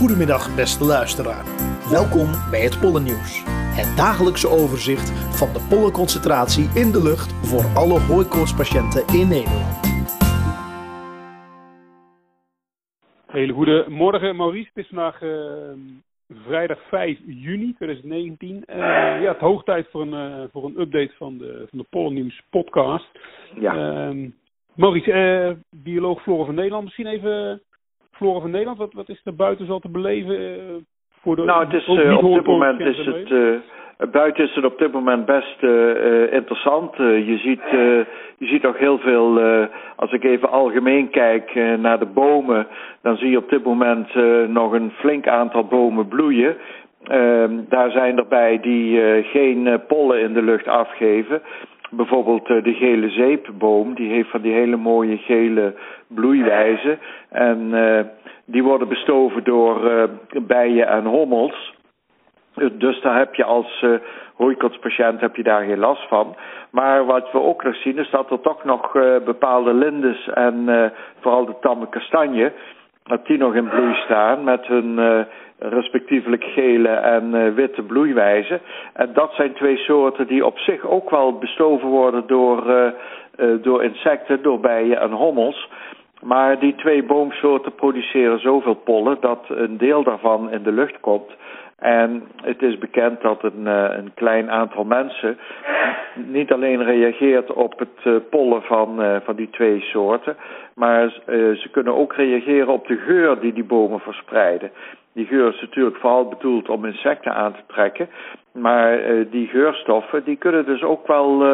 Goedemiddag beste luisteraar. Welkom bij het Pollennieuws. Het dagelijkse overzicht van de pollenconcentratie in de lucht voor alle hooikoortspatiënten in Nederland. Hele goede morgen Maurice, het is vandaag vrijdag 5 juni 2019. Het hoog tijd voor een update van de Pollennieuws podcast. Ja. Maurice, bioloog Flora van Nederland, misschien even Flora van Nederland, wat is er buiten zo te beleven voor de... Nou, het is op dit moment is het buiten is het op dit moment best interessant. Je ziet ook heel veel, als ik even algemeen kijk naar de bomen, dan zie je op dit moment nog een flink aantal bomen bloeien. Daar zijn er bij die geen pollen in de lucht afgeven. Bijvoorbeeld de gele zeepboom, die heeft van die hele mooie gele bloeiwijzen. En die worden bestoven door bijen en hommels. Dus daar heb je als hooikoortspatiënt heb je daar geen last van. Maar wat we ook nog zien is dat er toch nog bepaalde lindes en vooral de tamme kastanje, dat die nog in bloei staan met hun respectievelijk gele en witte bloeiwijzen. En dat zijn twee soorten die op zich ook wel bestoven worden door insecten, door bijen en hommels. Maar die twee boomsoorten produceren zoveel pollen dat een deel daarvan in de lucht komt. En het is bekend dat een klein aantal mensen niet alleen reageert op het pollen van die twee soorten, maar ze kunnen ook reageren op de geur die bomen verspreiden. Die geur is natuurlijk vooral bedoeld om insecten aan te trekken, maar die geurstoffen die kunnen dus ook wel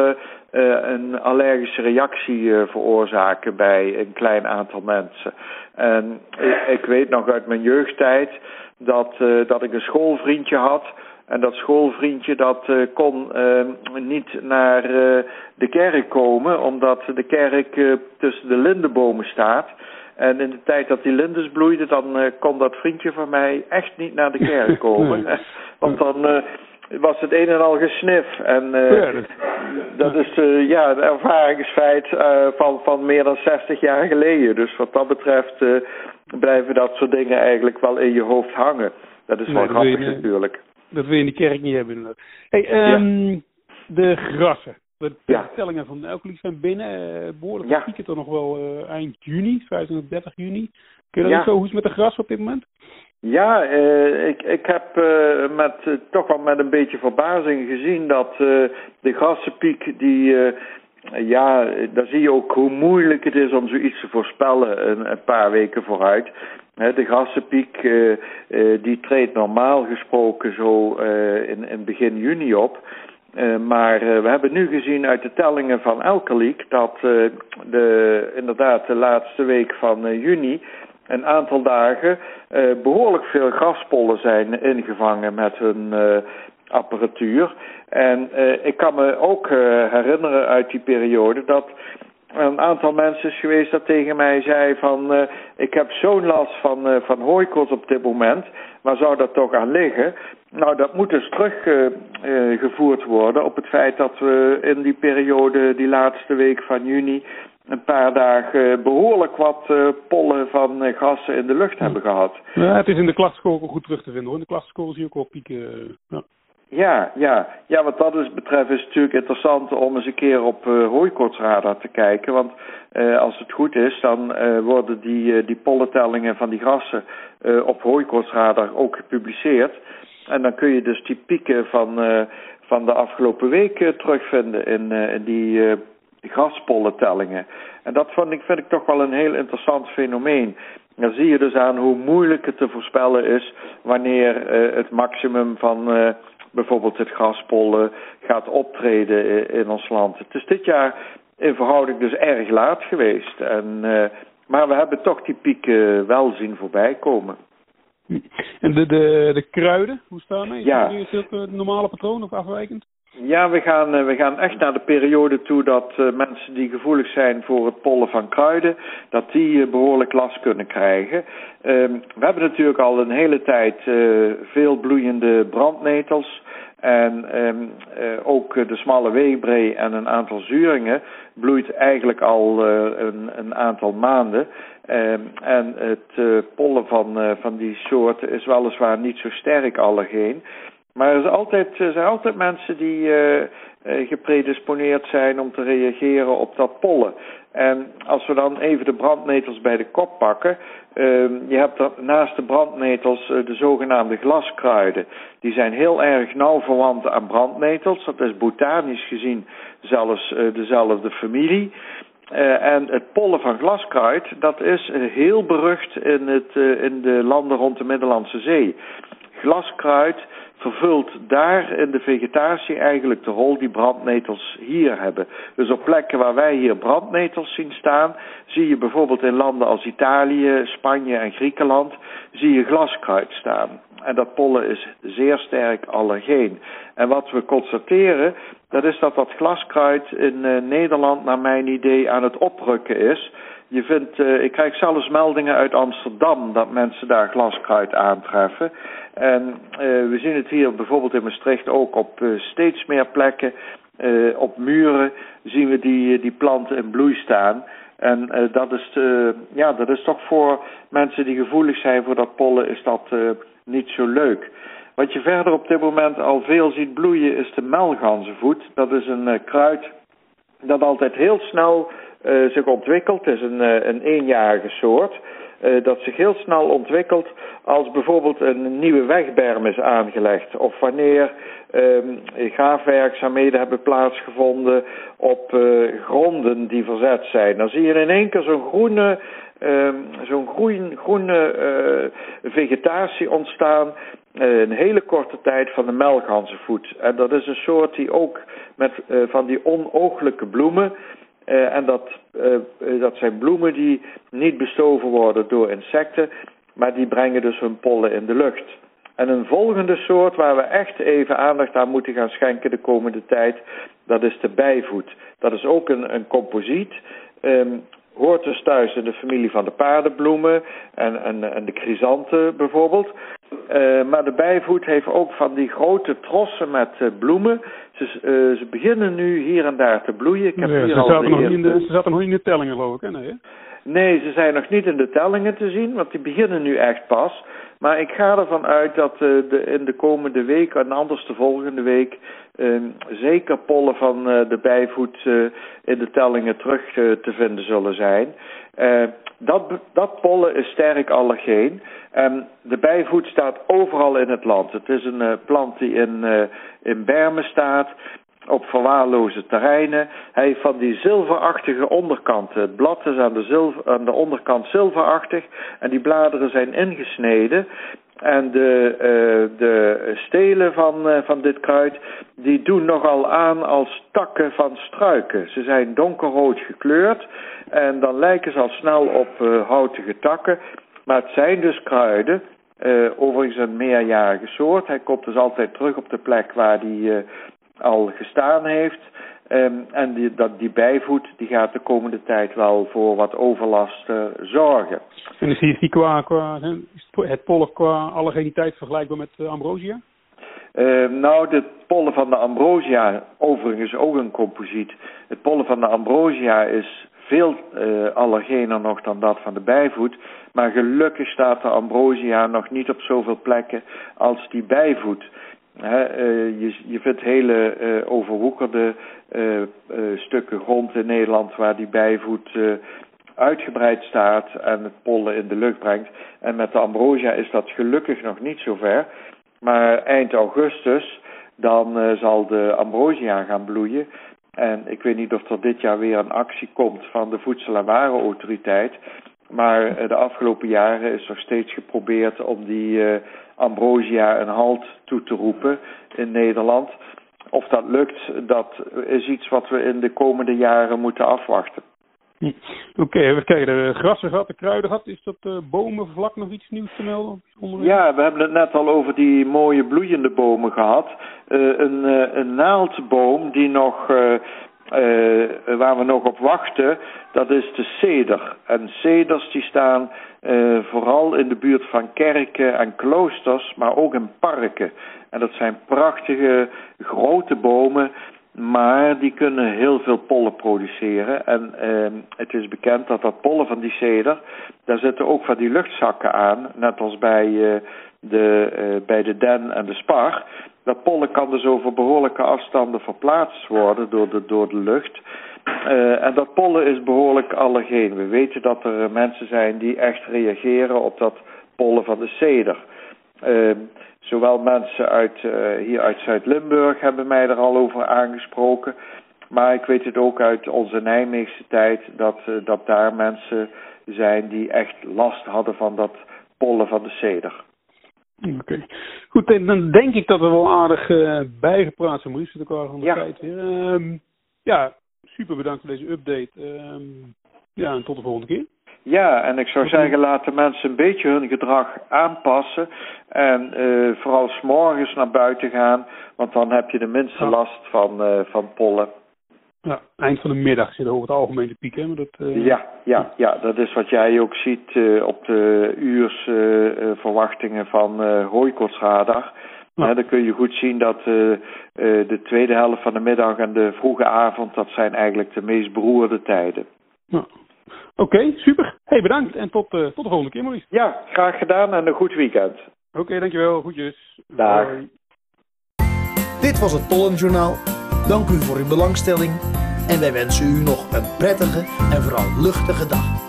een allergische reactie veroorzaken bij een klein aantal mensen. En ik weet nog uit mijn jeugdtijd dat ik een schoolvriendje had. En dat schoolvriendje dat kon niet naar de kerk komen, omdat de kerk tussen de lindenbomen staat. En in de tijd dat die lindes bloeiden, dan kon dat vriendje van mij echt niet naar de kerk komen. Want dan was het een en al gesnif. En dat is een ervaringsfeit van meer dan 60 jaar geleden. Dus wat dat betreft blijven dat soort dingen eigenlijk wel in je hoofd hangen. Dat is wel grappig natuurlijk. Dat wil je in de kerk niet hebben inderdaad. Hey, de grassen. De tellingen van Elke zijn binnen. Behoorlijk pieken toch nog wel eind juni, 25 juni. Kun je dat zo, hoe is het met de grassen op dit moment? Ja, ik heb toch wel met een beetje verbazing gezien dat de grassenpiek, daar zie je ook hoe moeilijk het is om zoiets te voorspellen een paar weken vooruit. De grassenpiek die treedt normaal gesproken zo in begin juni op. Maar we hebben nu gezien uit de tellingen van Elkeliek dat inderdaad de laatste week van juni een aantal dagen behoorlijk veel graspollen zijn ingevangen met hun apparatuur. En ik kan me ook herinneren uit die periode dat een aantal mensen is geweest dat tegen mij zei van ik heb zo'n last van hooikoorts op dit moment, waar zou dat toch aan liggen? Nou, dat moet dus teruggevoerd worden op het feit dat we in die periode, die laatste week van juni, een paar dagen behoorlijk wat pollen van gassen in de lucht hebben gehad. Ja, het is in de klachtenscore goed terug te vinden hoor. In de klachtenscore zie je ook wel pieken. Ja, wat dat dus betreft is het natuurlijk interessant om eens een keer op hooikoortsradar te kijken. Want als het goed is, dan worden die pollentellingen van die grassen op hooikoortsradar ook gepubliceerd. En dan kun je dus die pieken van de afgelopen week terugvinden in die graspollentellingen. En dat vind ik toch wel een heel interessant fenomeen. Dan zie je dus aan hoe moeilijk het te voorspellen is wanneer het maximum van bijvoorbeeld het graspollen gaat optreden in ons land. Het is dit jaar in verhouding dus erg laat geweest. Maar we hebben toch die pieken wel zien voorbij komen. En de kruiden, hoe staan die? Ja. Is het ook het normale patroon of afwijkend? Ja, we gaan echt naar de periode toe dat mensen die gevoelig zijn voor het pollen van kruiden, dat die behoorlijk last kunnen krijgen. We hebben natuurlijk al een hele tijd veel bloeiende brandnetels. En ook de smalle weegbree en een aantal zuringen bloeit eigenlijk al een aantal maanden. En het pollen van die soorten is weliswaar niet zo sterk allergeen. Maar er zijn altijd mensen die gepredisponeerd zijn om te reageren op dat pollen. En als we dan even de brandnetels bij de kop pakken. Je hebt naast de brandnetels de zogenaamde glaskruiden. Die zijn heel erg nauw verwant aan brandnetels. Dat is botanisch gezien zelfs dezelfde familie. En het pollen van glaskruid, dat is heel berucht in de landen rond de Middellandse Zee. Glaskruid vervult daar in de vegetatie eigenlijk de rol die brandnetels hier hebben. Dus op plekken waar wij hier brandnetels zien staan, zie je bijvoorbeeld in landen als Italië, Spanje en Griekenland, zie je glaskruid staan. En dat pollen is zeer sterk allergeen. En wat we constateren, dat is dat glaskruid in Nederland naar mijn idee aan het oprukken is. Ik krijg zelfs meldingen uit Amsterdam dat mensen daar glaskruid aantreffen. En we zien het hier bijvoorbeeld in Maastricht ook op steeds meer plekken. Op muren zien we die planten in bloei staan. En dat is toch voor mensen die gevoelig zijn voor dat pollen is dat niet zo leuk. Wat je verder op dit moment al veel ziet bloeien is de melganzenvoet. Dat is een kruid dat altijd heel snel zich ontwikkelt. Het is een eenjarige soort. Dat zich heel snel ontwikkelt als bijvoorbeeld een nieuwe wegberm is aangelegd. Of wanneer graafwerkzaamheden hebben plaatsgevonden op gronden die verzet zijn. Dan zie je in één keer zo'n groene vegetatie ontstaan. Een hele korte tijd van de melganzenvoet. En dat is een soort die ook met van die onooglijke bloemen. En dat zijn bloemen die niet bestoven worden door insecten, maar die brengen dus hun pollen in de lucht. En een volgende soort waar we echt even aandacht aan moeten gaan schenken de komende tijd, dat is de bijvoet. Dat is ook een composiet. Hoort dus thuis in de familie van de paardenbloemen en de chrysanten bijvoorbeeld. Maar de bijvoet heeft ook van die grote trossen met bloemen. Ze beginnen nu hier en daar te bloeien. Ze zaten nog niet in de tellingen, geloof ik, hè? Nee, ze zijn nog niet in de tellingen te zien, want die beginnen nu echt pas. Maar ik ga ervan uit dat in de komende week en anders de volgende week zeker pollen van de bijvoet in de tellingen terug te vinden zullen zijn. Dat pollen is sterk allergeen. De bijvoet staat overal in het land. Het is een plant die in bermen staat, op verwaarloosde terreinen. Hij heeft van die zilverachtige onderkanten. Het blad is aan de onderkant zilverachtig en die bladeren zijn ingesneden. En de stelen van dit kruid, die doen nogal aan als takken van struiken. Ze zijn donkerrood gekleurd en dan lijken ze al snel op houtige takken. Maar het zijn dus kruiden, overigens een meerjarige soort. Hij komt dus altijd terug op de plek waar hij al gestaan heeft. En die bijvoet die gaat de komende tijd wel voor wat overlast zorgen. En is het pollen qua allergeniteit vergelijkbaar met ambrosia? De pollen van de ambrosia, overigens ook een composiet. Het pollen van de ambrosia is veel allergener nog dan dat van de bijvoet. Maar gelukkig staat de ambrosia nog niet op zoveel plekken als die bijvoet. Je vindt hele overwoekerde stukken grond in Nederland waar die bijvoet uitgebreid staat en het pollen in de lucht brengt. En met de ambrosia is dat gelukkig nog niet zo ver. Maar eind augustus dan zal de ambrosia gaan bloeien. En ik weet niet of er dit jaar weer een actie komt van de Voedsel- en Warenautoriteit. Maar de afgelopen jaren is er steeds geprobeerd om die ambrosia een halt toe te roepen in Nederland. Of dat lukt, dat is iets wat we in de komende jaren moeten afwachten. Oké, even kijken. De grassengat, de kruidengat, is dat bomenvlak nog iets nieuws te melden? Ja, we hebben het net al over die mooie bloeiende bomen gehad. Een naaldboom die nog... waar we nog op wachten, dat is de ceder. En ceders die staan vooral in de buurt van kerken en kloosters, maar ook in parken. En dat zijn prachtige, grote bomen, maar die kunnen heel veel pollen produceren. En het is bekend dat dat pollen van die ceder, daar zitten ook van die luchtzakken aan, net als bij de den en de spar. Dat pollen kan dus over behoorlijke afstanden verplaatst worden door de lucht. En dat pollen is behoorlijk allergeen. We weten dat er mensen zijn die echt reageren op dat pollen van de ceder. Zowel mensen hier uit Zuid-Limburg hebben mij er al over aangesproken. Maar ik weet het ook uit onze Nijmeegse tijd dat daar mensen zijn die echt last hadden van dat pollen van de ceder. Oké. Goed, dan denk ik dat we wel aardig bijgepraat zijn, Maurice, met elkaar van de tijd weer. Ja, super bedankt voor deze update. En tot de volgende keer. Ja, en ik zou zeggen, laten mensen een beetje hun gedrag aanpassen. En vooral 's morgens naar buiten gaan, want dan heb je de minste last van pollen. Ja, eind van de middag zit over het algemeen de piek, hè? Maar dat, Ja, dat is wat jij ook ziet op de uursverwachtingen van hooikoortsradar. Dan kun je goed zien dat de tweede helft van de middag en de vroege avond, dat zijn eigenlijk de meest beroerde tijden. Ja. Oké, super. Hey, bedankt en tot de volgende keer, Maurice. Ja, graag gedaan en een goed weekend. Oké, dankjewel. Goedjes. Dag. Bye. Dit was het Pollenjournaal. Dank u voor uw belangstelling en wij wensen u nog een prettige en vooral luchtige dag.